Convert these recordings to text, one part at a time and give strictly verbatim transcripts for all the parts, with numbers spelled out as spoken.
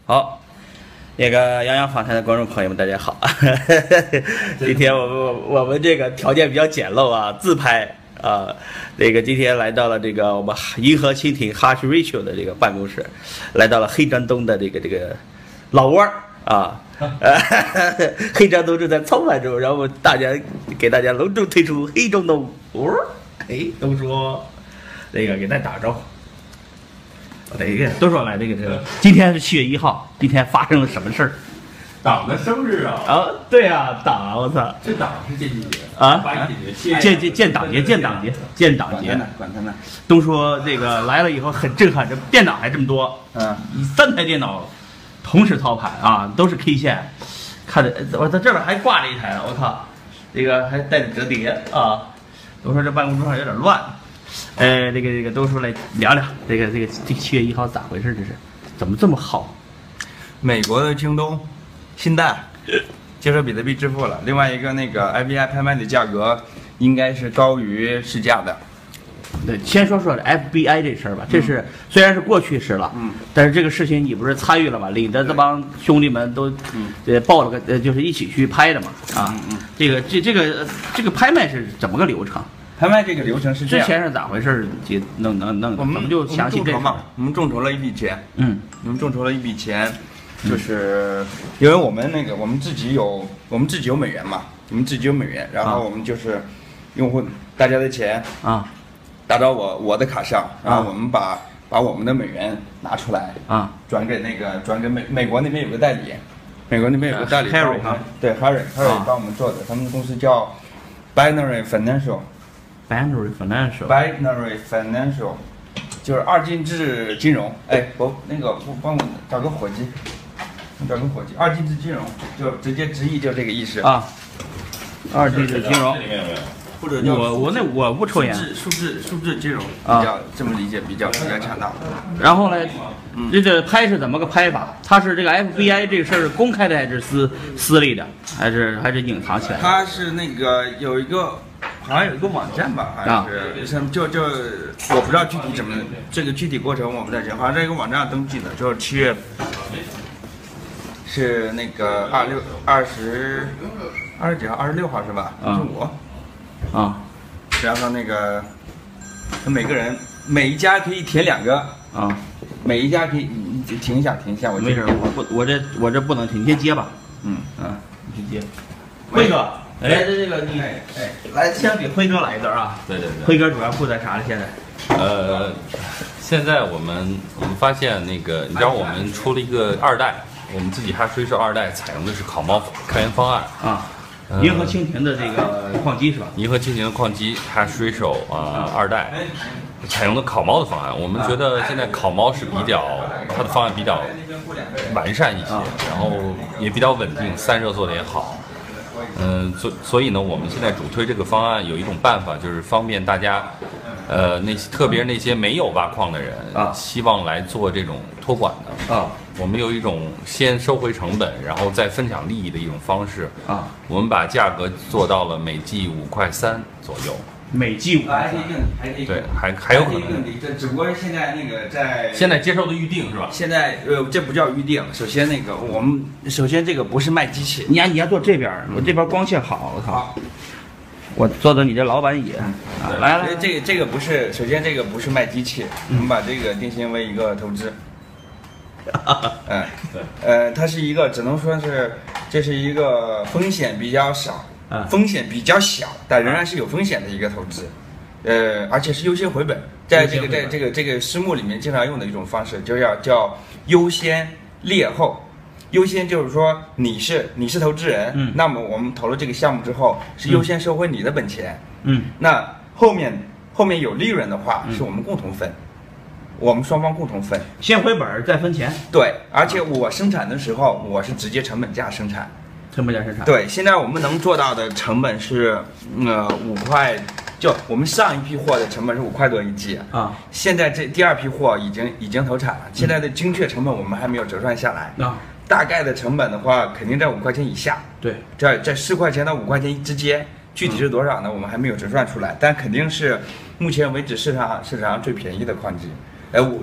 好，那个杨洋访谈的观众朋友们，大家好。今天我们我们这个条件比较简陋啊，自拍啊。那个今天来到了这个我们银河蜻蜓 Hush Rachel 的这个办公室，来到了黑山东的这个这个老窝啊。黑山东正在操盘中，然后大家给大家隆重推出黑中东。哦，哎，东叔，那个给大家打个招呼。哪个都说来这个这个，今天是七月一号，今天发生了什么事儿？ 党的生日啊！ 啊，对啊，党，我操！ 这党是建军节啊， 八一节， 建建建党节，建党节，建党节。 管他呢。 都说这个来了以后很震撼，这电脑还这么多， 嗯， 三台电脑同时操盘啊，都是 K 线，看着我在这边还挂着一台，我靠，这个还带着折叠啊。都说这办公桌上有点乱。呃，这个这个都说来聊聊这个这个这个七月一号咋回事？这是怎么这么好？ 美国的京东、新代接受比特币支付了，另外一个那个 F B I 拍卖的价格应该是高于市价的。 对，先说说 F B I 这事儿吧，这是、嗯、虽然是过去式了，嗯，但是这个事情你不是参与了吗？领着这帮兄弟们都，嗯，呃，报了个呃，就是一起去拍的嘛，啊，嗯嗯，这个这这个这个拍卖是怎么个流程？ 拍卖这个流程是这样， 之前是咋回事？就能能能， 我们就详细众筹嘛，我们众筹了一笔钱， 嗯， 我们众筹了一笔钱，就是因为我们那个我们自己有我们自己有美元嘛，我们自己有美元，然后我们就是用户大家的钱啊， 打到我我的卡上，然后我们把把我们的美元拿出来啊， 转给那个转给美美国那边有个代理，美国那边有个代理 Harry 哈， 对 Harry Harry 帮我们做的，他们的公司叫 Binary Financial。 Binary Financial Binary Financial 就是二进制金融。哎，我那个我帮我找个伙计，找个伙计，二进制金融就直接直译就这个意思啊。二进制金融， 或者叫我我那我不抽烟。 数字数字金融比较、啊、这么理解比较比较恰当。 然后呢，嗯、这个拍是怎么个拍法？它是这个 F B I 这个事儿公开的还是私私立的，还是还是隐藏起来？ 它是那个有一个。好像有一个网站吧，好像是什么、啊、就就我不知道具体怎么这个具体过程我们在讲，好像在一个网站上登记的，就是七月是那个二六二十二十几号二十六号是吧？二十五啊， 然后那个每个人每一家可以填两个啊， 每一家可以你你停一下停一下，我没事，我不我这我这不能停，你先接吧， 嗯嗯，你去接，辉哥。哎，这这个你哎，来先给辉哥来一段啊！ 对对对， 辉哥主要负责啥呢？现在？ 呃，现在我们我们发现那个，你知道我们出了一个二代，我们自己哈水手二代采用的是烤猫开源方案啊，银河蜻蜓的这个矿机是吧？ 银河蜻蜓的矿机哈水手啊二代，采用的烤猫的方案，我们觉得现在烤猫是比较它的方案比较完善一些，然后也比较稳定，散热做的也好。嗯，所所以呢，我们现在主推这个方案有一种办法，就是方便大家，呃，那些特别是那些没有挖矿的人啊， 希望来做这种托管的啊， 我们有一种先收回成本，然后再分享利益的一种方式啊， 我们把价格做到了每 G 五块三左右。 每 G 五， 还可以更低，还可以对，还还有可能更低，这只不过是现在那个在现在接受的预定是吧？ 现在呃，这不叫预定。首先那个我们首先这个不是卖机器， 你呀你要坐这边，我这边光线好，我操，我坐的你这老板椅，啊，来来， 这个这个不是，首先这个不是卖机器，我们把这个定性为一个投资。嗯，对，呃，它是一个只能说是这是一个风险比较少。风险比较小，但仍然是有风险的一个投资，呃，而且是优先回本，在这个在这个这个私募里面经常用的一种方式，就要叫优先劣后。优先就是说你是你是投资人，嗯，那么我们投了这个项目之后，是优先收回你的本钱， 嗯， 那后面后面有利润的话，是我们共同分，嗯、我们双方共同分， 先回本再分钱。 对，而且我生产的时候，我是直接成本价生产。 成本价生产对，现在我们能做到的成本是，呃，五块，就我们上一批货的成本是五块多一 G 啊， 现在这第二批货已经已经投产了，现在的精确成本我们还没有折算下来啊， 大概的成本的话，肯定在五块钱以下， 对， 在在四块钱到五块钱之间，具体是多少呢？我们还没有折算出来，但肯定是目前为止市场市场上最便宜的矿机，哎，我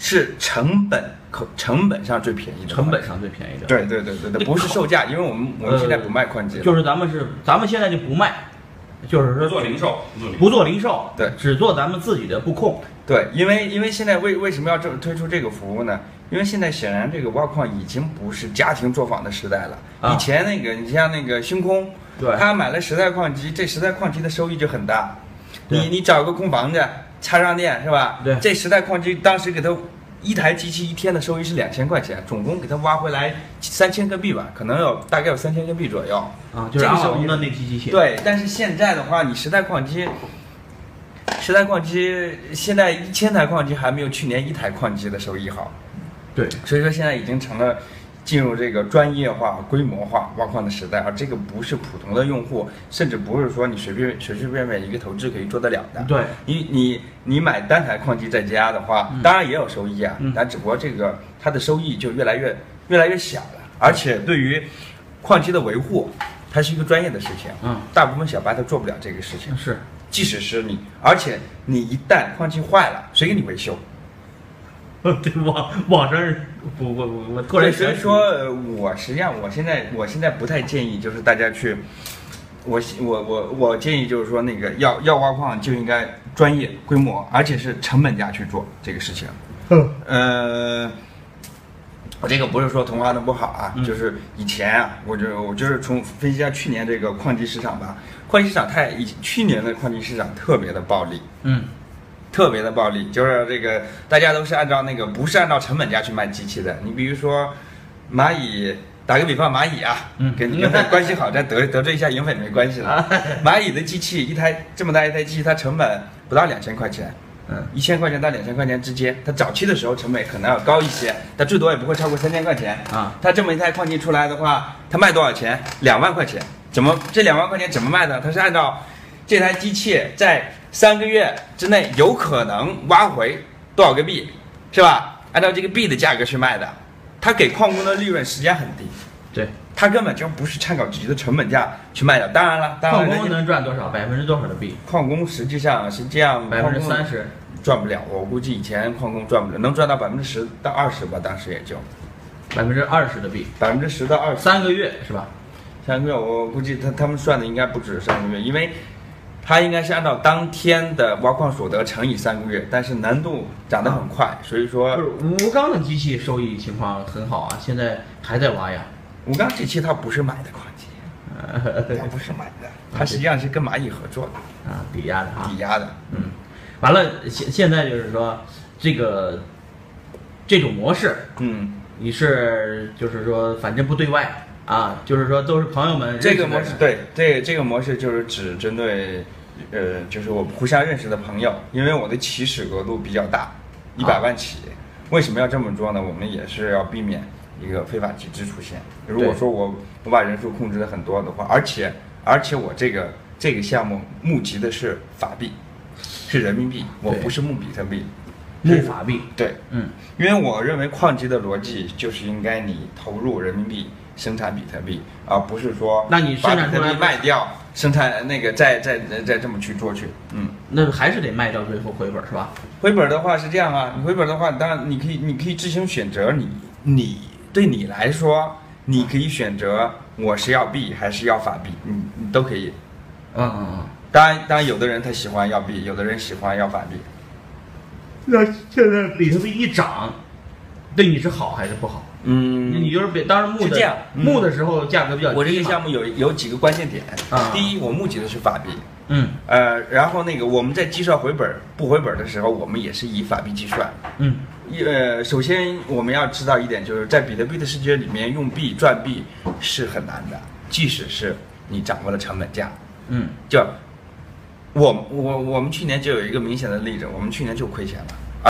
是成本口成本上最便宜的， 成本上最便宜的。 对对对对对，不是售价，因为我们我们现在不卖矿机了， 就是咱们是咱们现在就不卖，就是说做零售， 不做零售， 对， 只做咱们自己的布控。 对，因为因为现在为为什么要这推出这个服务呢？因为现在显然这个挖矿已经不是家庭作坊的时代了。 啊、 以前那个你像那个星空， 对， 他买了十台矿机，这十台矿机的收益就很大。你你找个空房子插上电是吧？ 对， 这十台矿机当时给他一台机器一天的收益是两千块钱，总共给他挖回来三千个币吧，可能有大概有三千个币左右。 啊，就是阿龙的那机机器。 对，但是现在的话，你十台矿机。十台矿机现在一千台矿机还没有去年一台矿机的收益好， 对， 所以说现在已经成了进入这个专业化、规模化挖矿的时代，而这个不是普通的用户，甚至不是说你随便随随便便一个投资可以做得了的。 对， 你你你买单台矿机在家的话，嗯、当然也有收益啊， 嗯、 但只不过这个它的收益就越来越越来越小了，而且对于矿机的维护，它是一个专业的事情， 嗯， 大部分小白都做不了这个事情， 是。 即使是你，而且你一旦矿机坏了，谁给你维修？ 对，网网上我我我我突然所以说，我实际上我现在我现在不太建议，就是大家去，我我我我建议就是说，那个要要挖矿就应该专业规模，而且是成本价去做这个事情。嗯，呃。我这个不是说同花的不好啊，嗯、就是以前啊，我就我就是从分析一下去年这个矿机市场吧，矿机市场太以去年的矿机市场特别的暴利， 嗯， 特别的暴利，就是这个大家都是按照那个不是按照成本价去卖机器的，你比如说蚂蚁，打个比方，蚂蚁啊， 嗯， 跟银粉关系好，但得得罪一下银粉没关系的，蚂蚁的机器一台这么大一台机器，它成本不到两千块钱。嗯，一千块钱到两千块钱之间，它早期的时候成本可能要高一些，它最多也不会超过三千块钱啊。它这么一台矿机出来的话，它卖多少钱？两万块钱。怎么这两万块钱怎么卖的？它是按照这台机器在三个月之内有可能挖回多少个币，是吧？按照这个币的价格去卖的，它给矿工的利润实际上很低。 对， 它根本就不是参考自己的成本价去卖的。当然了，当然矿工能赚多少？百分之多少的币？ 矿工实际上是这样， 百分之三十。 赚不了，我估计以前矿工赚不了，能赚到百分之十到二十吧，当时也就百分之二十的币， 百分之十到二十， 三个月是吧？ 三个月，我估计他他们算的应该不止三个月，因为他应该是按照当天的挖矿所得乘以三个月，但是难度涨得很快，啊、所以说吴刚的机器收益情况很好啊，现在还在挖呀。 吴刚这期他不是买的矿机，他不是买的，他实际上是跟蚂蚁合作的啊，抵押的啊， 抵押的， 嗯。完了，现现在就是说，这个这种模式， 嗯， 你是就是说，反正不对外啊，就是说都是朋友们。 这个模式对，这这个模式就是只针对，呃，就是我互相认识的朋友，因为我的起始额度比较大，一百万起。啊、为什么要这么做呢？我们也是要避免一个非法集资出现。如果说我我把人数控制的很多的话，而且而且我这个这个项目募集的是法币。是人民币，我不是募比特币， 募法币。 对，嗯，因为我认为矿机的逻辑就是应该你投入人民币生产比特币，而不是说那你生产出来卖掉，生产那个再再再这么去做去，嗯， 那还是得卖掉最后回本是吧？ 回本的话是这样啊，你回本的话，当然你可以你可以自行选择你，你你对你来说，你可以选择我是要币还是要法币，你你都可以， 嗯嗯嗯。 当然，当然，有的人他喜欢要币，有的人喜欢要法币。 那现在比特币一涨，对你是好还是不好？ 嗯， 你就是比当然募的这样募的时候价格比较低。 我这个项目有有几个关键点啊。 第一，我募集的是法币。 嗯。 呃，然后那个我们在计算回本不回本的时候，我们也是以法币计算。 嗯。 呃，首先我们要知道一点，就是在比特币的世界里面，用币赚币是很难的，即使是你掌握了成本价。 嗯。 就。我我我们去年就有一个明显的例子，我们去年就亏钱了。